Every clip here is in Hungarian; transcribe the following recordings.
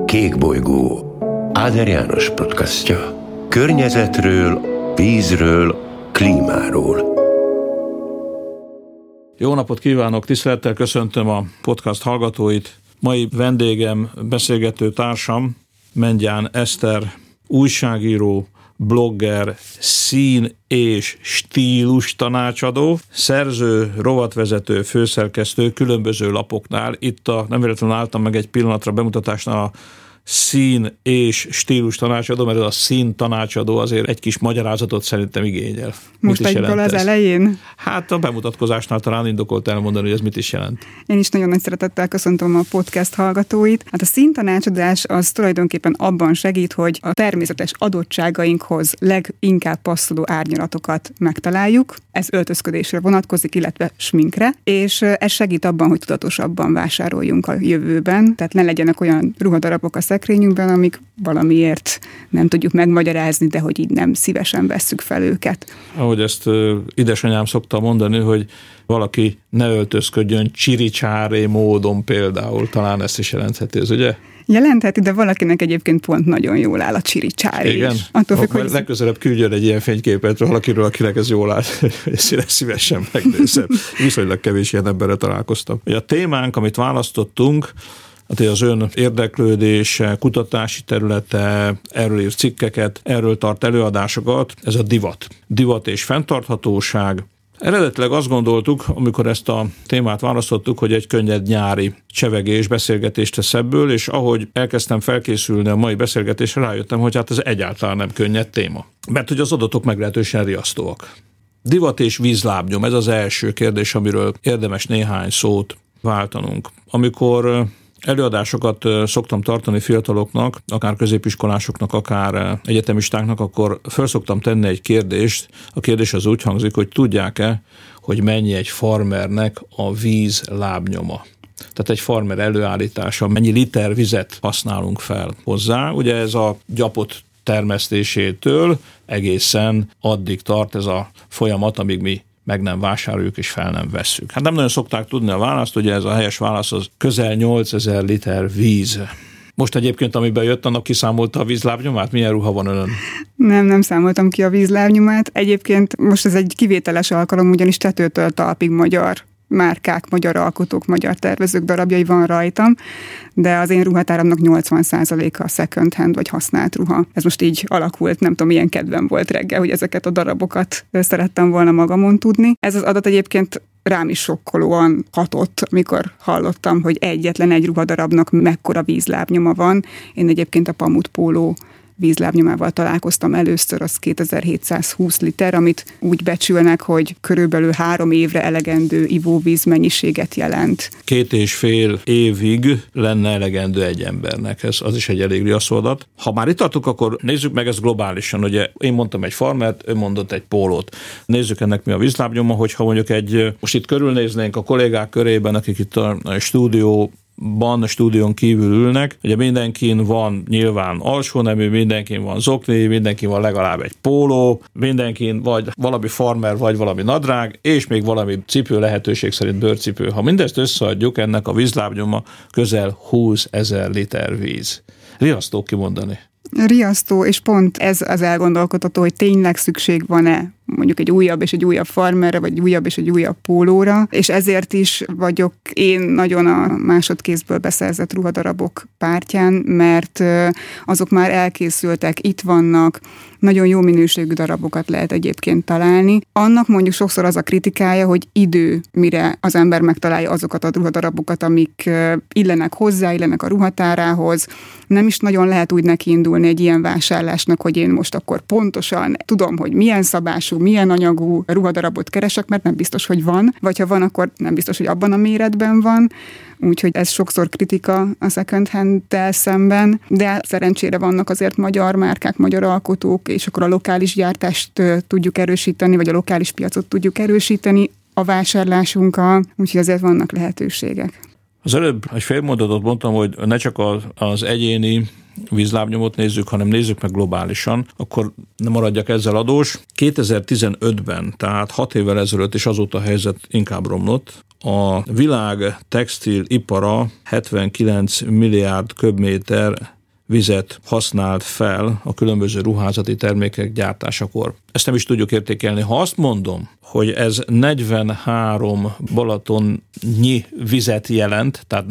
Kékbolygó, Áder János podcastja. Környezetről, vízről, klímáról. Jó napot kívánok, tisztelettel köszöntöm a podcast hallgatóit. Mai vendégem, beszélgető társam Mengyán Eszter, újságíró, blogger, szín- és stílus tanácsadó, szerző, rovatvezető, főszerkesztő különböző lapoknál. Itt nem véletlenül álltam meg egy pillanatra bemutatásnál a szín- és stílus tanácsadó, mert ez a szín tanácsadó azért egy kis magyarázatot szerintem igényel. Most egyből az elején? Hát a bemutatkozásnál talán indokolt elmondani, hogy ez mit is jelent. Én is nagyon nagy szeretettel köszöntöm a podcast hallgatóit. Hát a színtanácsadás az tulajdonképpen abban segít, hogy a természetes adottságainkhoz leginkább passzoló árnyalatokat megtaláljuk. Ez öltözködésre vonatkozik, illetve sminkre, és ez segít abban, hogy tudatosabban vásároljunk a jövőben, tehát ne legyenek olyan ruhadarabok a szekrényünkben, amik valamiért nem tudjuk megmagyarázni, de hogy így nem szívesen vesszük fel őket. Ahogy ezt édesanyám szokta mondani, hogy valaki ne öltözködjön csiricsáré módon például, talán ezt is jelentheti, ez ugye? Jelentheti, de valakinek egyébként pont nagyon jól áll a csiricsáré. Igen? Is. Attól függ, hogy legközelebb küldjön egy ilyen fényképet valakiről, akinek ez jól áll, hogy szívesen megnézem. Viszonylag kevés ilyen emberre találkoztam. A témánk, amit választottunk, hát az ön érdeklődése, kutatási területe, erről ír cikkeket, erről tart előadásokat, ez a divat. Divat és fenntarthatóság. Eredetileg azt gondoltuk, amikor ezt a témát választottuk, hogy egy könnyed nyári csevegés, beszélgetést tesz ebből, és ahogy elkezdtem felkészülni a mai beszélgetésre, rájöttem, hogy hát ez egyáltalán nem könnyed téma. Mert hogy az adatok meglehetősen riasztóak. Divat és vízlábnyom, ez az első kérdés, amiről érdemes néhány szót váltanunk. Amikor előadásokat szoktam tartani fiataloknak, akár középiskolásoknak, akár egyetemistáknak, akkor föl szoktam tenni egy kérdést. A kérdés az úgy hangzik, hogy tudják-e, hogy mennyi egy farmernek a víz lábnyoma. Tehát egy farmer előállítása, mennyi liter vizet használunk fel hozzá. Ugye ez a gyapot termesztésétől egészen addig tart ez a folyamat, amíg mi meg nem vásároljuk és fel nem vesszük. Hát nem nagyon szokták tudni a választ, ugye ez a helyes válasz az közel 8000 liter víz. Most egyébként, amiben jött, annak kiszámolta a vízlábnyomát? Milyen ruha van önön? Nem számoltam ki a vízlábnyomát. Egyébként most ez egy kivételes alkalom, ugyanis tetőtől talpig magyar márkák, magyar alkotók, magyar tervezők darabjai van rajtam, de az én ruhatáramnak 80%-a second hand vagy használt ruha. Ez most így alakult, nem tudom, milyen kedvem volt reggel, hogy ezeket a darabokat szerettem volna magamon tudni. Ez az adat egyébként rám is sokkolóan hatott, amikor hallottam, hogy egyetlen egy ruhadarabnak mekkora vízlábnyoma van. Én egyébként a pamut póló vízlábnyomával találkoztam először, az 2720 liter, amit úgy becsülnek, hogy körülbelül 3 évre elegendő ivóvíz mennyiséget jelent. 2,5 évig lenne elegendő egy embernek, ez az is egy elég riasztó adat. Ha már itt tartunk, akkor nézzük meg ezt globálisan. Ugye én mondtam egy farmert, ő mondott egy pólót. Nézzük ennek mi a vízlábnyoma, hogyha mondjuk most itt körülnéznénk a kollégák körében, akik itt a stúdión kívül ülnek, ugye mindenkin van nyilván alsónemű, mindenkin van zokni, mindenkin van legalább egy póló, mindenkin vagy valami farmer, vagy valami nadrág, és még valami cipő, lehetőség szerint bőrcipő. Ha mindezt összeadjuk, ennek a vízlábnyoma közel 20 000 liter víz. Riasztó kimondani. Riasztó, és pont ez az elgondolkodható, hogy tényleg szükség van-e mondjuk egy újabb és egy újabb farmerre, vagy újabb és egy újabb pólóra, és ezért is vagyok én nagyon a másodkézből beszerzett ruhadarabok pártján, mert azok már elkészültek, itt vannak, nagyon jó minőségű darabokat lehet egyébként találni. Annak mondjuk sokszor az a kritikája, hogy idő, mire az ember megtalálja azokat a ruhadarabokat, amik illenek hozzá, illenek a ruhatárához. Nem is nagyon lehet úgy nekiindulni egy ilyen vásárlásnak, hogy én most akkor pontosan tudom, hogy milyen szabású, milyen anyagú ruhadarabot keresek, mert nem biztos, hogy van, vagy ha van, akkor nem biztos, hogy abban a méretben van. Úgyhogy ez sokszor kritika a second hand-tel szemben, de szerencsére vannak azért magyar márkák, magyar alkotók, és akkor a lokális gyártást tudjuk erősíteni, vagy a lokális piacot tudjuk erősíteni a vásárlásunkkal, úgyhogy azért vannak lehetőségek. Az előbb egy fél mondatot mondtam, hogy ne csak az egyéni vízlábnyomot nézzük, hanem nézzük meg globálisan, akkor nem maradjak ezzel adós. 2015-ben, tehát 6 évvel ezelőtt, és azóta a helyzet inkább romlott, a világ textilipara 79 milliárd köbméter vizet használt fel a különböző ruházati termékek gyártásakor. Ezt nem is tudjuk értékelni. Ha azt mondom, hogy ez 43 balatonnyi vizet jelent, tehát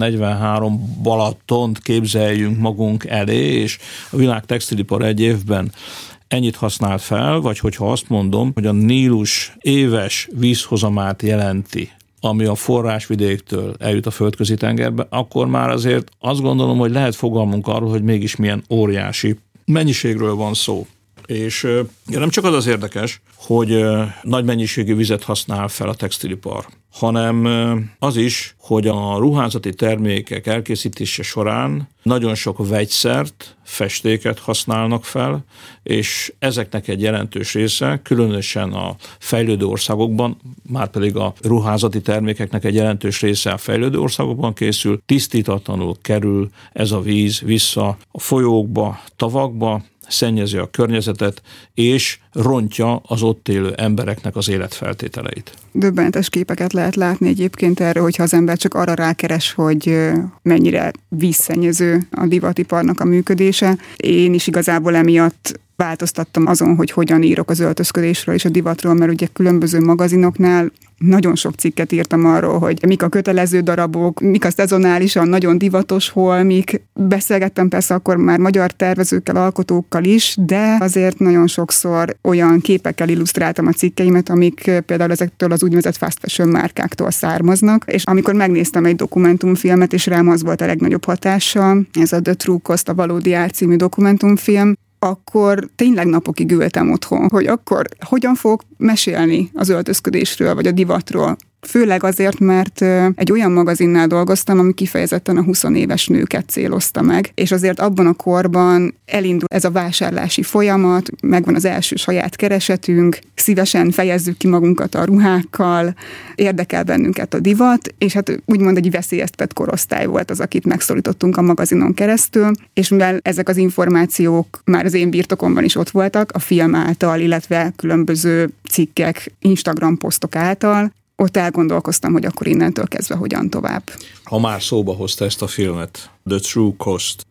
43 balatont képzeljünk magunk elé, és a világ textilipar egy évben ennyit használt fel, vagy hogyha azt mondom, hogy a Nílus éves vízhozamát jelenti, ami a forrásvidéktől eljut a földközi tengerbe, akkor már azért azt gondolom, hogy lehet fogalmunk arról, hogy mégis milyen óriási mennyiségről van szó. És nem csak az érdekes, hogy nagy mennyiségű vizet használ fel a textilipar, hanem az is, hogy a ruházati termékek elkészítése során nagyon sok vegyszert, festéket használnak fel, és ezeknek egy jelentős része, különösen a fejlődő országokban, márpedig a ruházati termékeknek egy jelentős része a fejlődő országokban készül, tisztítatlanul kerül ez a víz vissza a folyókba, tavakba, szennyezi a környezetet, és rontja az ott élő embereknek az életfeltételeit. Döbbenetes képeket lehet látni egyébként erről, hogyha az ember csak arra rákeres, hogy mennyire vízszennyező a divatiparnak a működése. Én is igazából emiatt változtattam azon, hogy hogyan írok az öltözködésről és a divatról, mert ugye különböző magazinoknál nagyon sok cikket írtam arról, hogy mik a kötelező darabok, mik a szezonálisan nagyon divatos holmik. Beszélgettem persze akkor már magyar tervezőkkel, alkotókkal is, de azért nagyon sokszor olyan képekkel illusztráltam a cikkeimet, amik például ezektől az úgynevezett fast fashion márkáktól származnak, és amikor megnéztem egy dokumentumfilmet, és rám az volt a legnagyobb hatással, ez a The True Cost, a Valódi ár című dokumentumfilm, akkor tényleg napokig ültem otthon, hogy akkor hogyan fogok mesélni az öltözködésről, vagy a divatról. Főleg azért, mert egy olyan magazinnál dolgoztam, ami kifejezetten a 20 éves nőket célozta meg, és azért abban a korban elindul ez a vásárlási folyamat, megvan az első saját keresetünk, szívesen fejezzük ki magunkat a ruhákkal, érdekel bennünket a divat, és hát úgymond egy veszélyeztetett korosztály volt az, akit megszólítottunk a magazinon keresztül, és mivel ezek az információk már az én birtokomban is ott voltak, a film által, illetve különböző cikkek, Instagram posztok által, ott elgondolkoztam, hogy akkor innentől kezdve hogyan tovább. Ha már szóba hozta ezt a filmet, The True Cost.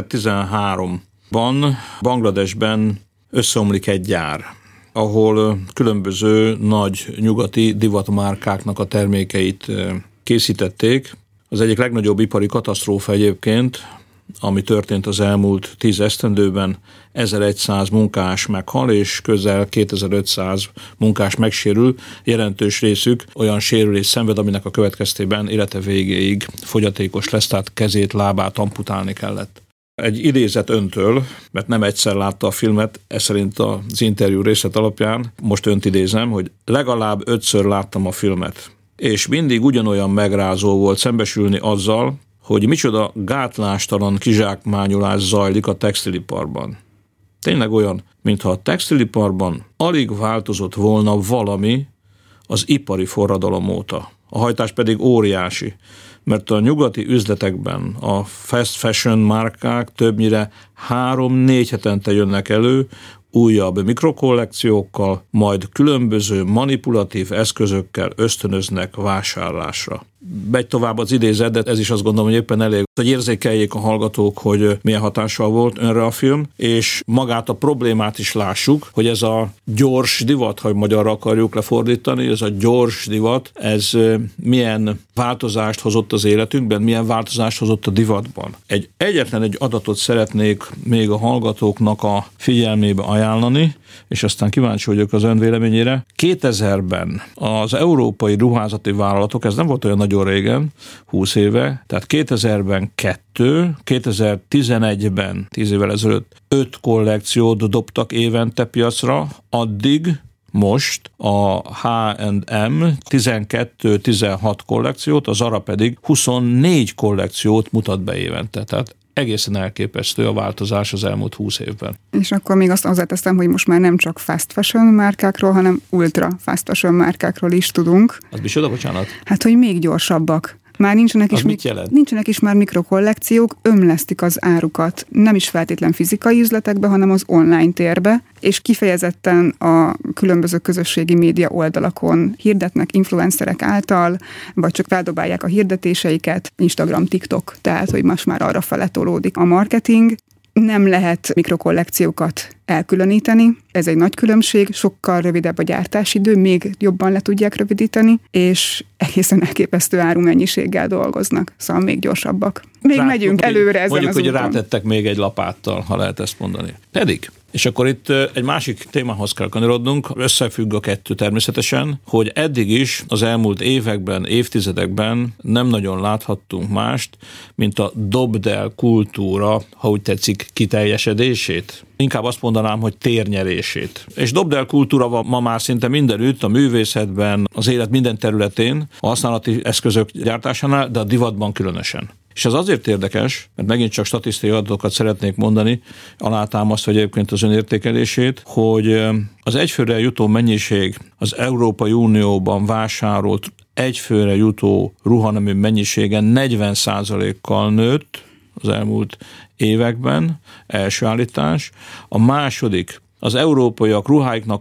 2013-ban Bangladesben összeomlik egy gyár, ahol különböző nagy nyugati divatmárkáknak a termékeit készítették. Az egyik legnagyobb ipari katasztrófa egyébként, ami történt az elmúlt 10 esztendőben, 1100 munkás meghal, és közel 2500 munkás megsérül, jelentős részük olyan sérülés szenved, aminek a következtében élete végéig fogyatékos lesz, tehát kezét, lábát amputálni kellett. Egy idézet öntől, mert nem egyszer látta a filmet, ez szerint az interjú részlet alapján, most önt idézem, hogy legalább 5-ször láttam a filmet, és mindig ugyanolyan megrázó volt szembesülni azzal, hogy micsoda gátlástalan kizsákmányolás zajlik a textiliparban. Tényleg olyan, mintha a textiliparban alig változott volna valami az ipari forradalom óta. A hajtás pedig óriási, mert a nyugati üzletekben a fast fashion márkák többnyire 3-4 hetente jönnek elő, újabb mikrokollekciókkal, majd különböző manipulatív eszközökkel ösztönöznek vásárlásra. Megy tovább az idézet, de ez is azt gondolom, hogy éppen elég, hogy érzékeljék a hallgatók, hogy milyen hatással volt önre a film, és magát a problémát is lássuk, hogy ez a gyors divat, ha magyarra akarjuk lefordítani, ez a gyors divat, ez milyen változást hozott az életünkben, milyen változást hozott a divatban. Egyetlen egy adatot szeretnék még a hallgatóknak a figyelmébe ajánlani, és aztán kíváncsi vagyok az ön véleményére. 2000-ben az európai ruházati vállalatok, ez nem volt olyan nagyon régen, 20 éve, tehát 2000-ben 2, 2011-ben, 10 évvel ezelőtt 5 kollekciót dobtak évente piacra, addig most a H&M 12-16 kollekciót, a Zara pedig 24 kollekciót mutat be évente. Tehát egészen elképesztő a változás az elmúlt 20 évben. És akkor még azt hozzáteszem, hogy most már nem csak fast fashion márkákról, hanem ultra fast fashion márkákról is tudunk. Az micsoda, bocsánat? Hát, hogy még gyorsabbak. Már nincsenek is már mikrokollekciók, ömlesztik az árukat, nem is feltétlen fizikai üzletekbe, hanem az online térbe, és kifejezetten a különböző közösségi média oldalakon hirdetnek influencerek által, vagy csak feldobálják a hirdetéseiket, Instagram, TikTok, tehát hogy most már arra fele tolódik a marketing. Nem lehet mikrokollekciókat elkülöníteni, ez egy nagy különbség, sokkal rövidebb a gyártásidő, még jobban le tudják rövidíteni, és egészen elképesztő árumennyiséggel dolgoznak, szóval még gyorsabbak. Még megyünk előre ezen mondjuk, az úton. Mondjuk, hogy rátettek még egy lapáttal, ha lehet ezt mondani. Pedig. És akkor itt egy másik témához kell kanyarodnunk, összefügg a kettő természetesen, hogy eddig is az elmúlt években, évtizedekben nem nagyon láthattunk mást, mint a dobd el kultúra, ha úgy tetszik, kiteljesedését. Inkább azt mondanám, hogy térnyerését. És dobd el kultúra van ma már szinte mindenütt, a művészetben, az élet minden területén, a használati eszközök gyártásánál, de a divatban különösen. És ez azért érdekes, mert megint csak statisztikai adatokat szeretnék mondani, alátámasztva egyébként az önértékelését, hogy az egyfőre jutó mennyiség az Európai Unióban vásárolt egyfőre jutó ruhanemű mennyisége 40%-kal nőtt az elmúlt években, első állítás. A második, az európaiak ruháiknak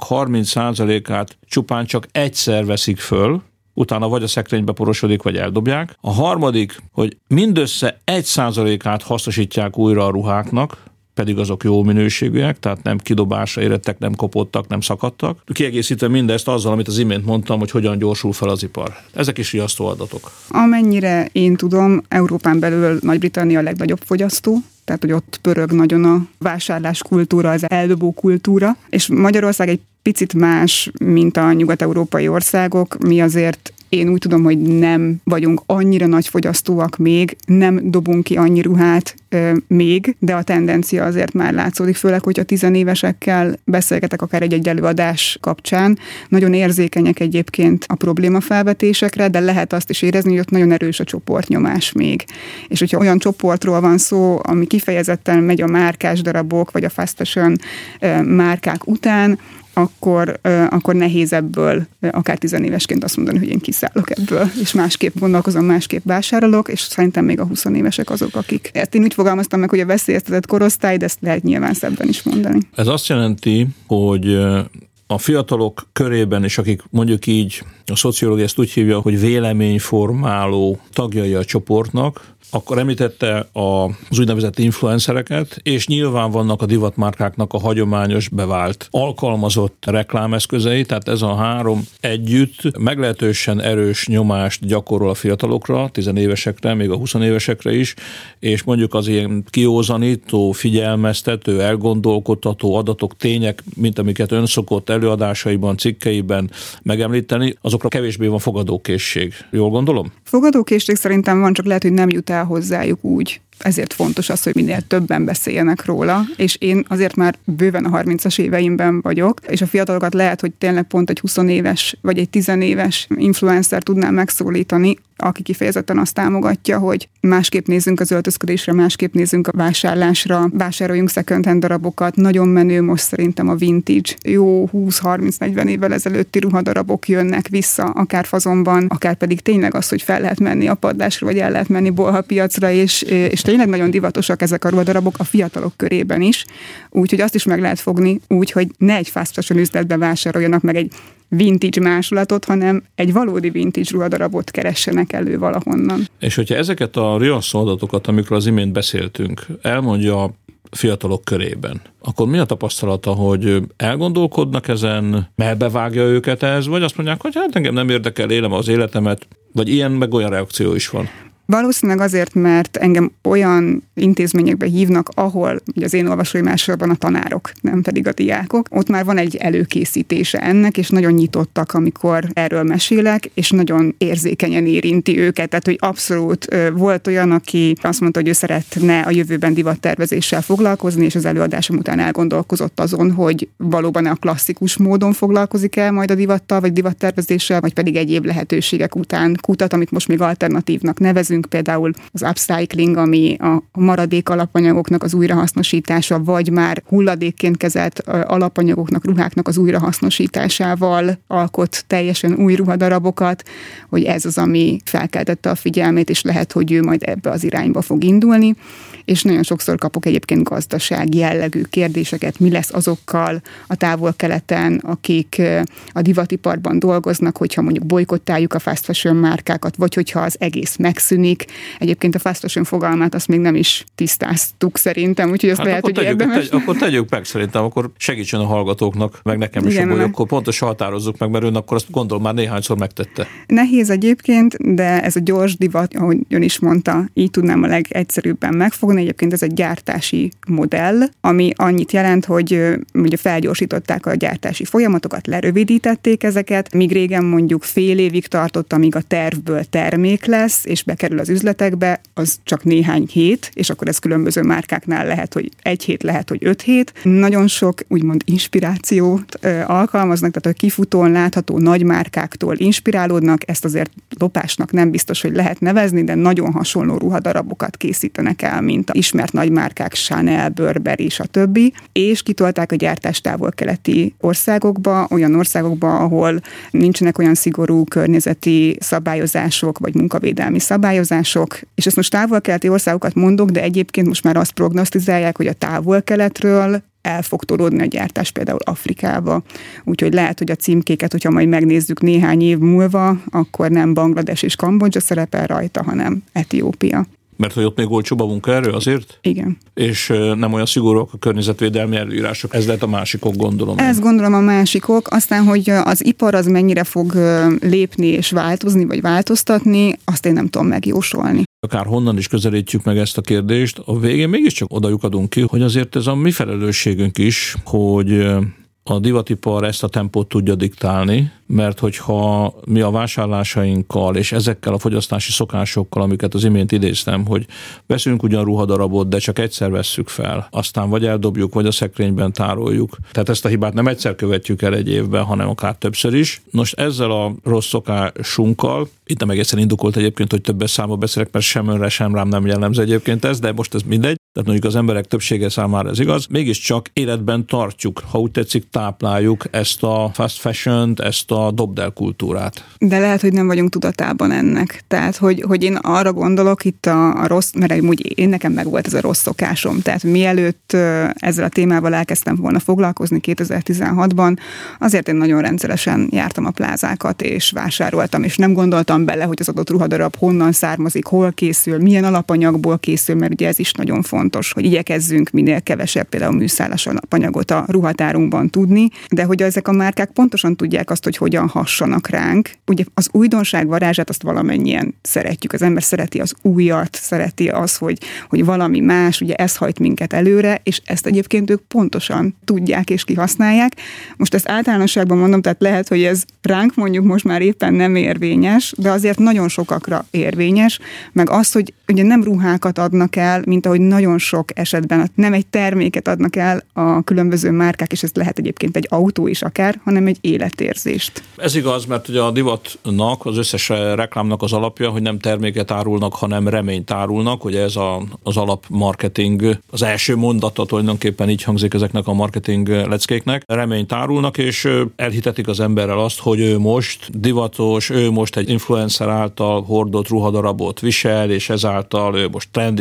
30%-át csupán csak egyszer veszik föl, utána vagy a szekrénybe porosodik, vagy eldobják. A harmadik, hogy mindössze 1%-át hasznosítják újra a ruháknak, pedig azok jó minőségűek, tehát nem kidobásra érettek, nem kopottak, nem szakadtak. Kiegészítve mindezt azzal, amit az imént mondtam, hogy hogyan gyorsul fel az ipar. Ezek is riasztó adatok. Amennyire én tudom, Európán belül Nagy-Britannia a legnagyobb fogyasztó, tehát hogy ott pörög nagyon a vásárlás kultúra, az eldobó kultúra, és Magyarország egy picit más, mint a nyugat-európai országok. Mi azért én úgy tudom, hogy nem vagyunk annyira nagy fogyasztóak még, nem dobunk ki annyi ruhát még, de a tendencia azért már látszódik, főleg, hogyha tizenévesekkel beszélgetek akár egy előadás kapcsán. Nagyon érzékenyek egyébként a problémafelvetésekre, de lehet azt is érezni, hogy ott nagyon erős a csoportnyomás még. És hogyha olyan csoportról van szó, ami kifejezetten megy a márkás darabok, vagy a fast fashion márkák után, akkor nehéz ebből akár tizenévesként azt mondani, hogy én kiszállok ebből, és másképp gondolkozom, másképp vásárolok, és szerintem még a 20 évesek azok, akik. Ezt én úgy fogalmaztam meg, hogy a veszélyeztetett korosztály, de ezt lehet nyilván szebben is mondani. Ez azt jelenti, hogy a fiatalok körében is, akik mondjuk így, a szociológia ezt úgy hívja, hogy véleményformáló tagjai a csoportnak, akkor említette az úgynevezett influencereket, és nyilván vannak a divatmárkáknak a hagyományos bevált alkalmazott reklámeszközei, tehát ez a három együtt meglehetősen erős nyomást gyakorol a fiatalokra, 10 évesekre, még a 20 évesekre is, és mondjuk az ilyen kiózanító, figyelmeztető, elgondolkodtató adatok, tények, mint amiket ön szokott előadásaiban, cikkeiben megemlíteni, azokra kevésbé van fogadókészség. Jól gondolom? Fogadókészség szerintem van, csak lehet, hogy nem jut el hozzájuk úgy. Ezért fontos az, hogy minél többen beszéljenek róla, és én azért már bőven a 30-as éveimben vagyok, és a fiatalokat lehet, hogy tényleg pont egy 20 éves vagy egy 10 éves influencer tudnám megszólítani, aki kifejezetten azt támogatja, hogy másképp nézzünk az öltözködésre, másképp nézzünk a vásárlásra, vásároljunk second-hand darabokat, nagyon menő most szerintem a vintage, jó 20-30-40 évvel ezelőtti ruhadarabok jönnek vissza, akár fazonban, akár pedig tényleg az, hogy fel lehet menni a padlásra, vagy el lehet menni bolhapiacra, és tényleg nagyon divatosak ezek a ruhadarabok a fiatalok körében is, úgyhogy azt is meg lehet fogni úgy, hogy ne egy fast fashion üzletbe vásároljanak meg egy vintage másolatot, hanem egy valódi vintage ruhadarabot keressenek elő valahonnan. És hogyha ezeket a riasztó adatokat, amikről az imént beszéltünk, elmondja a fiatalok körében, akkor mi a tapasztalata, hogy elgondolkodnak ezen, melbevágja őket ez, vagy azt mondják, hogy hát engem nem érdekel, élem az életemet, vagy ilyen meg olyan reakció is van? Valószínűleg azért, mert engem olyan intézményekbe hívnak, ahol ugye az én olvasóim elsősorban a tanárok, nem pedig a diákok. Ott már van egy előkészítése ennek, és nagyon nyitottak, amikor erről mesélek, és nagyon érzékenyen érinti őket. Tehát, hogy abszolút volt olyan, aki azt mondta, hogy ő szeretne a jövőben divattervezéssel foglalkozni, és az előadásom után elgondolkozott azon, hogy valóban a klasszikus módon foglalkozik el majd a divattal, vagy divattervezéssel, vagy pedig egyéb lehetőségek után kutat, amit most még alternatívnak nevezünk, például az upcycling, ami a maradék alapanyagoknak az újrahasznosítása, vagy már hulladékként kezelt alapanyagoknak, ruháknak az újrahasznosításával alkot teljesen új ruhadarabokat, hogy ez az, ami felkeltette a figyelmét, és lehet, hogy ő majd ebbe az irányba fog indulni. és nagyon sokszor kapok egyébként gazdasági jellegű kérdéseket, mi lesz azokkal a Távol-Keleten, akik a divatiparban dolgoznak, hogyha mondjuk bojkottáljuk a fast fashion márkákat, vagy hogyha az egész megszűnik. Egyébként a fast fashion fogalmát azt még nem is tisztáztuk szerintem, úgyhogy azt lehet, hogy érdemes. Akkor tegyük meg szerintem, akkor segítsen a hallgatóknak, meg nekem is, hogy akkor pontosan határozzuk meg, mert ön akkor azt gondolom már néhányszor megtette. Nehéz egyébként, de ez a gyors divat, ahogy ön is mondta, így tudnám a legegyszerűbben megfogni. Egyébként ez egy gyártási modell, ami annyit jelent, hogy ugye felgyorsították a gyártási folyamatokat, lerövidítették ezeket, míg régen mondjuk fél évig tartott, amíg a tervből termék lesz, és bekerül az üzletekbe, az csak néhány hét, és akkor ez különböző márkáknál lehet, hogy 1 hét, lehet, hogy 5 hét. Nagyon sok úgymond inspirációt alkalmaznak, tehát a kifutón látható nagy márkáktól inspirálódnak, ezt azért lopásnak nem biztos, hogy lehet nevezni, de nagyon hasonló ruhadarabokat készítenek el, mint a ismert nagymárkák, Chanel, Burberry, stb. És kitolták a gyártást távol-keleti országokba, olyan országokba, ahol nincsenek olyan szigorú környezeti szabályozások, vagy munkavédelmi szabályozások. És ezt most távol-keleti országokat mondok, de egyébként most már azt prognosztizálják, hogy a Távol-Keletről el fog tolódni a gyártás például Afrikába. Úgyhogy lehet, hogy a címkéket, hogyha majd megnézzük néhány év múlva, akkor nem Banglades és Kambodzsa szerepel rajta, hanem Etiópia. Mert hogy ott még olcsóbb a munkaerő azért? Igen. És nem olyan szigorúak a környezetvédelmi előírások. Ez lehet a másikok, gondolom. Ez gondolom a másikok. Aztán, hogy az ipar az mennyire fog lépni és változni, vagy változtatni, azt én nem tudom megjósolni. Akár honnan is közelítjük meg ezt a kérdést, a végén mégiscsak oda lyukadunk ki, hogy azért ez a mi felelősségünk is, hogy a divatipar ezt a tempót tudja diktálni, mert hogyha mi a vásárlásainkkal és ezekkel a fogyasztási szokásokkal, amiket az imént idéztem, hogy veszünk ugyan ruhadarabot, de csak egyszer vesszük fel, aztán vagy eldobjuk, vagy a szekrényben tároljuk. Tehát ezt a hibát nem egyszer követjük el egy évben, hanem akár többször is. Nos, ezzel a rossz szokásunkkal, itt nem egészen indokolt egyébként, hogy többes számba beszélek, mert sem önre, sem rám nem jellemző egyébként ez, de most ez mindegy. Tehát mondjuk az emberek többsége számára ez igaz, mégiscsak életben tartjuk, ha úgy tetszik, tápláljuk ezt a fast fashion-t, ezt a dobdel kultúrát. De lehet, hogy nem vagyunk tudatában ennek. Tehát, hogy én arra gondolok itt a rossz, mert amúgy én nekem meg volt ez a rossz szokásom. Tehát mielőtt ezzel a témával elkezdtem volna foglalkozni 2016-ban, azért én nagyon rendszeresen jártam a plázákat, és vásároltam, és nem gondoltam bele, hogy az adott ruhadarab honnan származik, hol készül, milyen alapanyagból készül, mert ugye ez is nagyon fontos, hogy igyekezzünk minél kevesebb például műszálas alapanyagot a ruhatárunkban tudni, de hogy ezek a márkák pontosan tudják azt, hogy hogyan hassanak ránk. Ugye az újdonság varázsát azt valamennyien szeretjük. Az ember szereti az újat, szereti az, hogy valami más, ugye ez hajt minket előre, és ezt egyébként ők pontosan tudják és kihasználják. Most ezt általánosságban mondom, tehát lehet, hogy ez ránk mondjuk most már éppen nem érvényes, de azért nagyon sokakra érvényes, meg az, hogy ugye nem ruhákat adnak el, mint ahogy nagyon sok esetben nem egy terméket adnak el a különböző márkák, és ez lehet egyébként egy autó is akár, hanem egy életérzést. Ez igaz, mert ugye a divatnak, az összes reklámnak az alapja, hogy nem terméket árulnak, hanem reményt árulnak, ugye ez az alapmarketing, az első mondata tulajdonképpen így hangzik ezeknek a marketing leckéknek. Reményt árulnak, és elhitetik az emberrel azt, hogy ő most divatos, ő most egy influencer által hordott ruhadarabot visel, és ezáltal ő most trendi,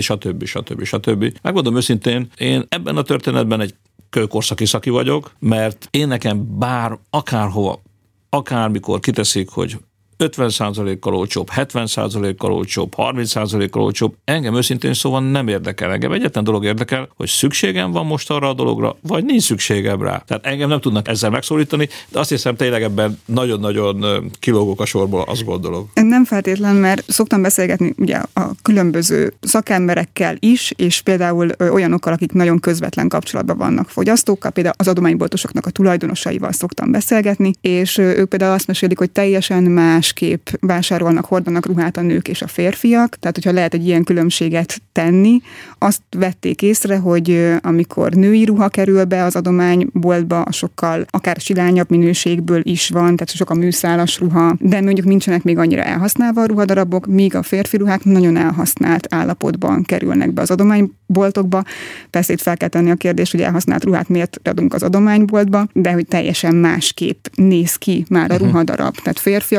stb. Megmondom őszintén, én ebben a történetben egy kőkorszaki szaki vagyok, mert én nekem bár akárhova, akármikor kiteszik, hogy 50%-kal olcsóbb, 70%-kal olcsóbb, 30%-kal olcsóbb, engem őszintén szóval nem érdekel. Engem egyetlen dolog érdekel, hogy szükségem van most arra a dologra, vagy nincs szükségem rá. Tehát engem nem tudnak ezzel megszólítani, de azt hiszem tényleg ebben nagyon-nagyon kilógok a sorból, azt gondolom. Nem feltétlen, mert szoktam beszélgetni ugye a különböző szakemberekkel is, és például olyanokkal, akik nagyon közvetlen kapcsolatban vannak fogyasztókkal, például az adományboltosoknak a tulajdonosaival szoktam beszélgetni, és ők például azt mesélik, hogy teljesen másképp vásárolnak, hordanak ruhát a nők és a férfiak, tehát hogyha lehet egy ilyen különbséget tenni, azt vették észre, hogy amikor női ruha kerül be az adományboltba, sokkal akár silányabb minőségből is van, tehát sok a műszálas ruha, de mondjuk nincsenek még annyira elhasználva a ruhadarabok, míg a férfi ruhák nagyon elhasznált állapotban kerülnek be az adományboltokba. Persze itt fel kell tenni a kérdést, hogy elhasznált ruhát miért adunk az adományboltba, de hogy teljesen másképp néz ki már a ruhadarab. Tehát férfiak szerintem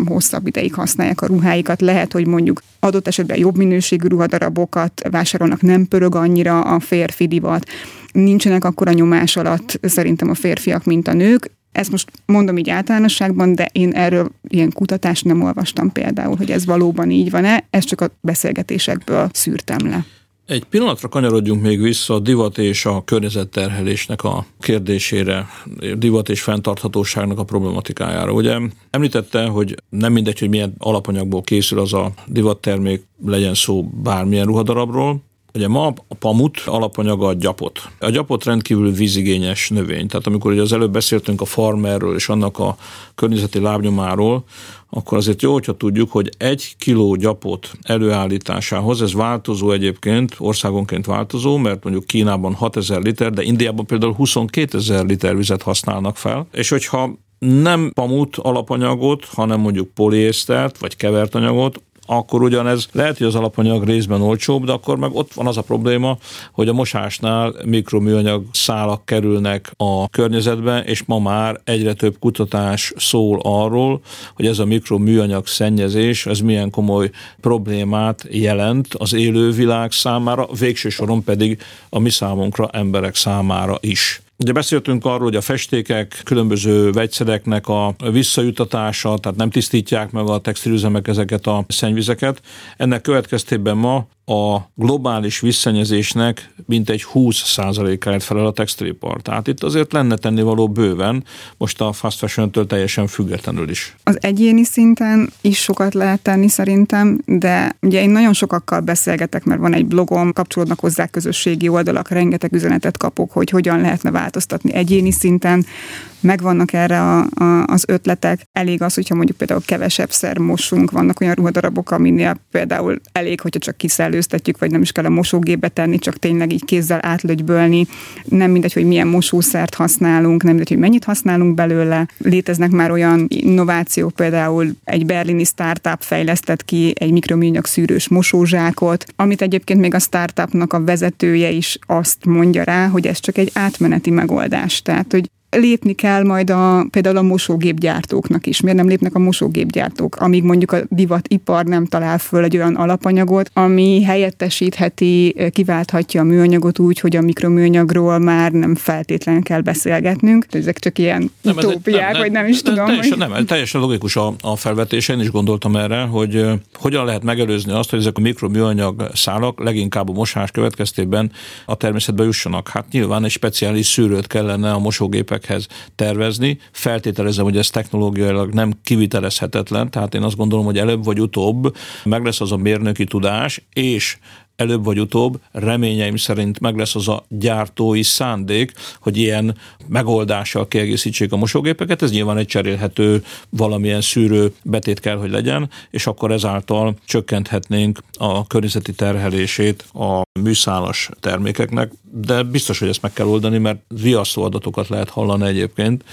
nem hosszabb ideig használják a ruháikat. Lehet, hogy mondjuk adott esetben jobb minőségű ruhadarabokat vásárolnak, nem pörög annyira a férfi divat. Nincsenek akkora nyomás alatt szerintem a férfiak, mint a nők. Ezt most mondom így általánosságban, de én erről ilyen kutatást nem olvastam például, hogy ez valóban így van-e, ezt csak a beszélgetésekből szűrtem le. Egy pillanatra kanyarodjunk még vissza a divat és a környezetterhelésnek a kérdésére, divat és fenntarthatóságnak a problematikájára. Ugye említette, hogy nem mindegy, hogy milyen alapanyagból készül az a divattermék, legyen szó bármilyen ruhadarabról. Ugye ma a pamut alapanyaga a gyapot. A gyapot rendkívül vízigényes növény. Tehát amikor ugye az előbb beszéltünk a farmerről és annak a környezeti lábnyomáról, akkor azért jó, hogyha tudjuk, hogy 1 kiló gyapot előállításához, ez változó egyébként, országonként változó, mert mondjuk Kínában 6000 liter, de Indiában például 22 000 liter vizet használnak fel. És hogyha nem pamut alapanyagot, hanem mondjuk poliésztert vagy kevert anyagot, akkor ugyanez lehet, hogy az alapanyag részben olcsóbb, de akkor meg ott van az a probléma, hogy a mosásnál mikroműanyag szálak kerülnek a környezetbe, és ma már egyre több kutatás szól arról, hogy ez a mikroműanyag szennyezés, ez milyen komoly problémát jelent az élővilág számára, végső soron pedig a mi számunkra, emberek számára is. Ugye beszéltünk arról, hogy a festékek, különböző vegyszereknek a visszajutatása, tehát nem tisztítják meg a textilüzemek ezeket a szennyvizeket. Ennek következtében ma a globális vízszennyezésnek mintegy 20%-áért felel a textilipar. Tehát itt azért lenne tennivaló bőven, most a fast fashion-től teljesen függetlenül is. Az egyéni szinten is sokat lehet tenni szerintem, de ugye én nagyon sokakkal beszélgetek, mert van egy blogom, kapcsolódnak hozzá közösségi oldalak, rengeteg üzenetet kapok, hogy hogyan lehetne változtatni egyéni szinten, megvannak erre az ötletek. Elég az, hogyha mondjuk például kevesebbszer mosunk, vannak olyan ruhadarabok, aminél például elég, hogyha csak kiszellőztetjük, vagy nem is kell a mosógépbe tenni, csak tényleg így kézzel átlögybölni. Nem mindegy, hogy milyen mosószert használunk, nem mindegy, hogy mennyit használunk belőle. Léteznek már olyan innovációk, például egy berlini startup fejlesztett ki egy mikroműanyag szűrős mosózsákot, amit egyébként még a startupnak a vezetője is azt mondja rá, hogy ez csak egy átmeneti megoldás. Tehát, hogy lépni kell majd például a mosógépgyártóknak is. Miért nem lépnek a mosógépgyártók, amíg mondjuk a divatipar nem talál föl egy olyan alapanyagot, ami helyettesítheti, kiválthatja a műanyagot úgy, hogy a mikroműanyagról már nem feltétlenül kell beszélgetnünk. Ezek csak ilyen utópiák, vagy nem is tudom. Teljesen logikus a felvetés. Én is gondoltam erre, hogy hogyan lehet megelőzni azt, hogy ezek a mikroműanyag szálak leginkább a mosás következtében a természetbe jussanak. Hát nyilván egy speciális szűrőt kellene a mosógépek tervezni. Feltételezem, hogy ez technológiailag nem kivitelezhetetlen, tehát én azt gondolom, hogy előbb vagy utóbb meg lesz az a mérnöki tudás, és előbb vagy utóbb reményeim szerint meg lesz az a gyártói szándék, hogy ilyen megoldással kiegészítsék a mosógépeket. Ez nyilván egy cserélhető valamilyen szűrő betét kell, hogy legyen, és akkor ezáltal csökkenthetnénk a környezeti terhelését a műszálas termékeknek, de biztos, hogy ezt meg kell oldani, mert riasztó adatokat lehet hallani egyébként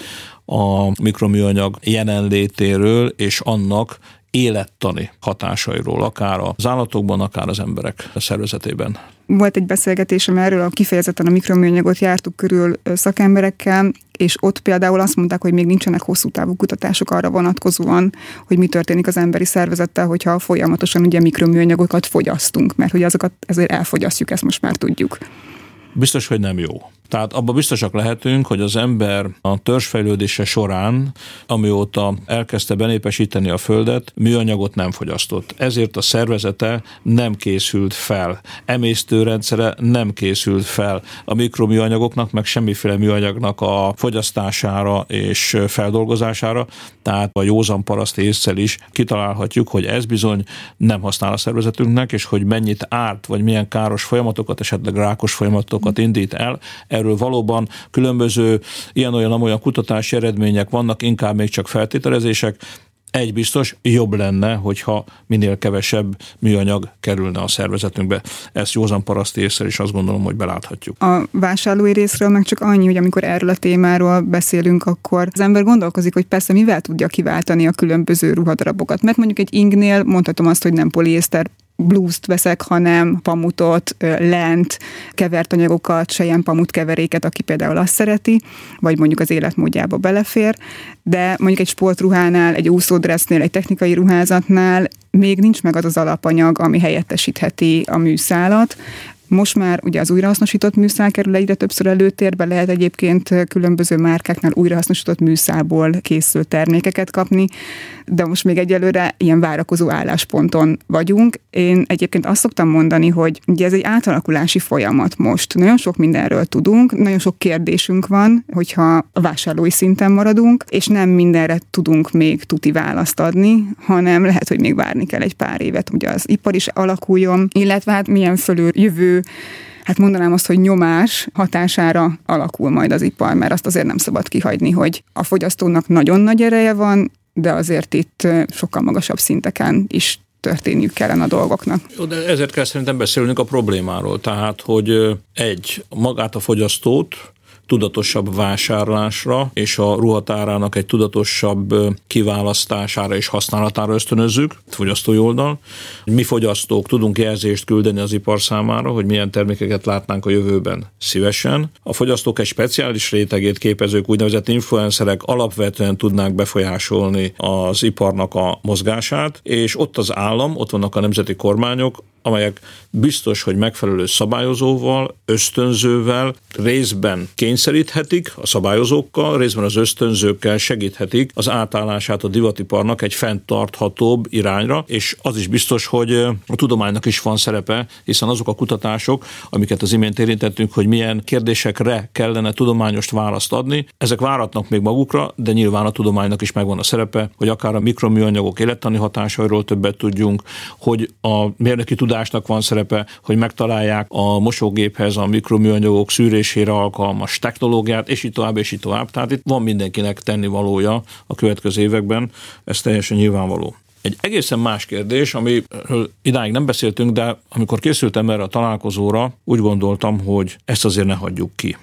a mikroműanyag jelenlétéről és annak élettani hatásairól, akár az állatokban, akár az emberek szervezetében. Volt egy beszélgetésem erről, kifejezetten a mikroműanyagot jártuk körül szakemberekkel, és ott például azt mondták, hogy még nincsenek hosszú távú kutatások arra vonatkozóan, hogy mi történik az emberi szervezettel, hogyha folyamatosan ugye mikroműanyagokat fogyasztunk, mert hogy azokat ezért elfogyasztjuk, ezt most már tudjuk. Biztos, hogy nem jó. Tehát abban biztosak lehetünk, hogy az ember a törzsfejlődése során, amióta elkezdte benépesíteni a Földet, műanyagot nem fogyasztott. Ezért a szervezete nem készült fel. Emésztőrendszere nem készült fel a mikroműanyagoknak, meg semmiféle műanyagnak a fogyasztására és feldolgozására. Tehát a józan paraszti ésszel is kitalálhatjuk, hogy ez bizony nem használ a szervezetünknek, és hogy mennyit árt, vagy milyen káros folyamatokat, esetleg rákos folyamatokat indít el. Erről valóban különböző ilyen-olyan kutatási eredmények vannak, inkább még csak feltételezések. Egy biztos, jobb lenne, hogyha minél kevesebb műanyag kerülne a szervezetünkbe. Ezt józan paraszti ésszel is azt gondolom, hogy beláthatjuk. A vásárlói részről meg csak annyi, hogy amikor erről a témáról beszélünk, akkor az ember gondolkozik, hogy persze mivel tudja kiváltani a különböző ruhadarabokat. Mert mondjuk egy ingnél mondhatom azt, hogy nem poliészter blúzt veszek, hanem pamutot, lent, kevert anyagokat, selyempamut keveréket, aki például azt szereti, vagy mondjuk az életmódjába belefér, de mondjuk egy sportruhánál, egy úszódressznél, egy technikai ruházatnál még nincs meg az az alapanyag, ami helyettesítheti a műszálat. Most már ugye az újrahasznosított műszál kerül egyre többször előtérbe, lehet egyébként különböző márkáknál újrahasznosított műszálból készült termékeket kapni, de most még egyelőre ilyen várakozó állásponton vagyunk. Én egyébként azt szoktam mondani, hogy ugye ez egy átalakulási folyamat most. Nagyon sok mindenről tudunk, nagyon sok kérdésünk van, hogyha a vásárlói szinten maradunk, és nem mindenre tudunk még tuti választ adni, hanem lehet, hogy még várni kell egy pár évet, ugye az ipar is alakuljon, illetve hát milyen fölül jövő, hát mondanám azt, hogy nyomás hatására alakul majd az ipar, mert azt azért nem szabad kihagyni, hogy a fogyasztónak nagyon nagy ereje van, de azért itt sokkal magasabb szinteken is történniük kellene a dolgoknak. Jó, de ezért kell szerintem beszélnünk a problémáról. Tehát, hogy magát a fogyasztót tudatosabb vásárlásra és a ruhatárának egy tudatosabb kiválasztására és használatára ösztönözzük, fogyasztói oldal. Mi fogyasztók tudunk jelzést küldeni az ipar számára, hogy milyen termékeket látnánk a jövőben szívesen. A fogyasztók egy speciális rétegét képezők, úgynevezett influencerek alapvetően tudnák befolyásolni az iparnak a mozgását, és ott az állam, ott vannak a nemzeti kormányok, amelyek biztos, hogy megfelelő szabályozóval, ösztönzővel részben kényszeríthetik a szabályozókkal, részben az ösztönzőkkel segíthetik az átállását a divatiparnak egy fenntarthatóbb irányra, és az is biztos, hogy a tudománynak is van szerepe, hiszen azok a kutatások, amiket az imént érintettünk, hogy milyen kérdésekre kellene tudományos választ adni, ezek váratnak még magukra, de nyilván a tudománynak is megvan a szerepe, hogy akár a mikroműanyagok élettani hatásairól többet tudjunk, hogy a mérnöki tudásnak van szerepe, hogy megtalálják a mosógéphez a mikroműanyagok szűrésére alkalmas technológiát, és így tovább, és így tovább. Tehát itt van mindenkinek tennivalója a következő években, ez teljesen nyilvánvaló. Egy egészen más kérdés, amiről idáig nem beszéltünk, de amikor készültem erre a találkozóra, úgy gondoltam, hogy ezt azért ne hagyjuk ki.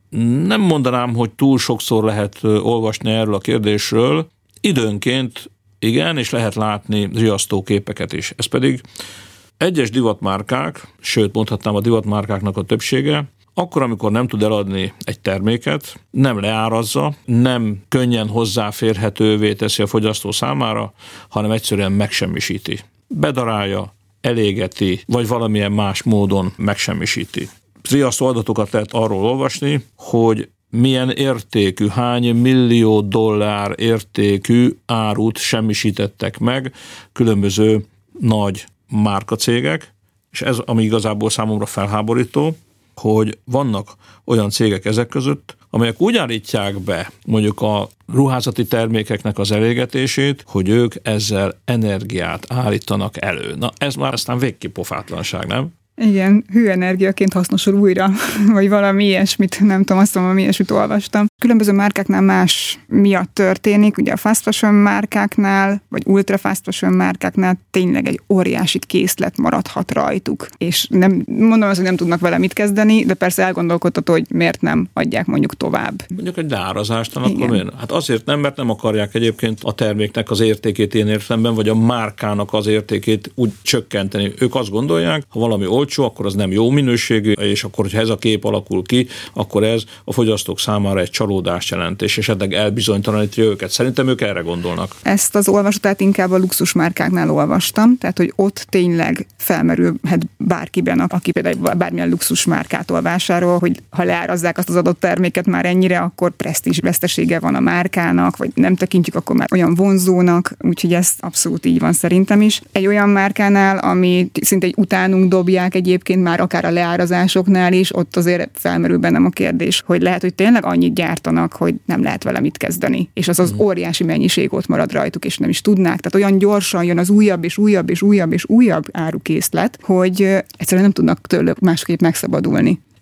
Nem mondanám, hogy túl sokszor lehet olvasni erről a kérdésről, időnként igen, és lehet látni riasztó képeket is. Ez pedig egyes divatmárkák, sőt mondhatnám a divatmárkáknak a többsége, akkor, amikor nem tud eladni egy terméket, nem leárazza, nem könnyen hozzáférhetővé teszi a fogyasztó számára, hanem egyszerűen megsemmisíti. Bedarálja, elégeti, vagy valamilyen más módon megsemmisíti. Riasztó adatokat lehet arról olvasni, hogy milyen értékű, hány millió dollár értékű árut semmisítettek meg különböző nagy márkacégek, és ez, ami igazából számomra felháborító, hogy vannak olyan cégek ezek között, amelyek úgy állítják be mondjuk a ruházati termékeknek az elégetését, hogy ők ezzel energiát állítanak elő. Na ez már aztán végképp pofátlanság, nem? Igen, hőenergiaként hasznosul újra, vagy valami ilyesmit, nem tudom, azt valami ilyesmit olvastam. Különböző márkáknál más miatt történik, ugye a fast fashion márkáknál, vagy ultra fast fashion márkáknál tényleg egy óriási készlet maradhat rajtuk. És nem mondom azt, hogy nem tudnak vele mit kezdeni, de persze elgondolkodható, hogy miért nem adják mondjuk tovább. Mondjuk egy leárazást, akkor miért? Hát azért nem, mert nem akarják egyébként a terméknek az értékét ilyen értelemben, vagy a márkának az értékét úgy csökkenteni. Ők azt gondolják, ha valami olcsó, akkor az nem jó minőségű, és akkor, hogyha ez a kép alakul ki, akkor ez a fogyasztók számára egy csalódást jelent, és esetleg elbizonytalanítja őket. Szerintem ők erre gondolnak. Ezt az olvasatát inkább a luxusmárkáknál olvastam, tehát hogy ott tényleg felmerülhet bárkiben, aki például bármilyen luxusmárkától vásárol, hogy ha leárazzák azt az adott terméket már ennyire, akkor presztízs vesztesége van a márkának, vagy nem tekintjük akkor már olyan vonzónak, úgyhogy ez abszolút így van szerintem is. Egy olyan márkánál, ami szinte egy utánunk dobják egyébként már akár a leárazásoknál is, ott azért felmerül bennem a kérdés, hogy lehet, hogy tényleg annyit gyártanak, hogy nem lehet vele mit kezdeni. És az óriási mennyiség ott marad rajtuk, és nem is tudnák. Tehát olyan gyorsan jön az újabb és újabb és újabb és újabb árukészlet, hogy egyszerűen nem tudnak tőle másképp megszabadulni.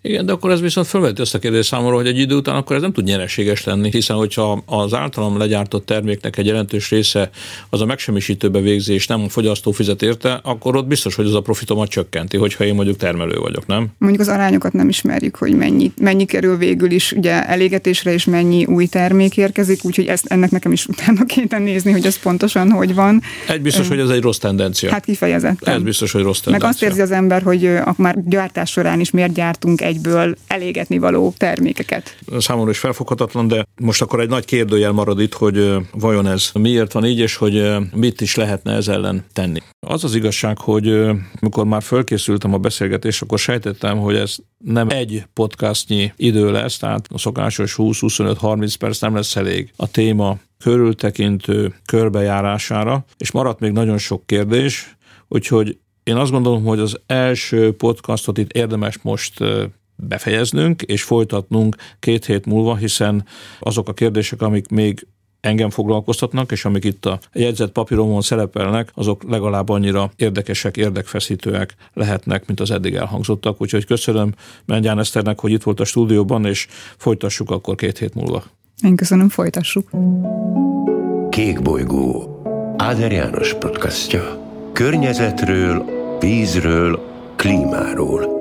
Igen, de akkor ez viszont felveti azt a kérdést számomra, hogy egy idő után akkor ez nem tud nyereséges lenni, hiszen hogyha az általam legyártott terméknek egy jelentős része az a megsemmisítőbe végzi, és nem a fogyasztó fizet érte, akkor ott biztos, hogy az a profitomat csökkenti, hogyha én mondjuk termelő vagyok, nem? Mondjuk az arányokat nem ismerjük, hogy mennyi kerül végül is ugye elégetésre, és mennyi új termék érkezik, úgyhogy ennek nekem is utána kéne nézni, hogy ez pontosan hogy van. Egy biztos, hogy ez egy rossz tendencia. Hát kifejezetten. Ez biztos, hogy rossz tendencia. Meg azt érzi az ember, hogy már gyártás során is miért gyártunk egyből elégetni való termékeket. Számomra is felfoghatatlan, de most akkor egy nagy kérdőjel marad itt, hogy vajon ez miért van így, és hogy mit is lehetne ez ellen tenni. Az az igazság, hogy amikor már fölkészültem a beszélgetésre, akkor sejtettem, hogy ez nem egy podcastnyi idő lesz, tehát a szokásos 20-25-30 perc nem lesz elég a téma körültekintő körbejárására, és maradt még nagyon sok kérdés, úgyhogy én azt gondolom, hogy az első podcastot itt érdemes most befejeznünk, és folytatnunk 2 hét múlva, hiszen azok a kérdések, amik még engem foglalkoztatnak, és amik itt a jegyzett papíromon szerepelnek, azok legalább annyira érdekesek, érdekfeszítőek lehetnek, mint az eddig elhangzottak. Úgyhogy köszönöm Mengyán Eszternek, hogy itt volt a stúdióban, és folytassuk akkor 2 hét múlva. Én köszönöm, folytassuk. Kék bolygó. Áder János podcastja. Környezetről, vízről, klímáról.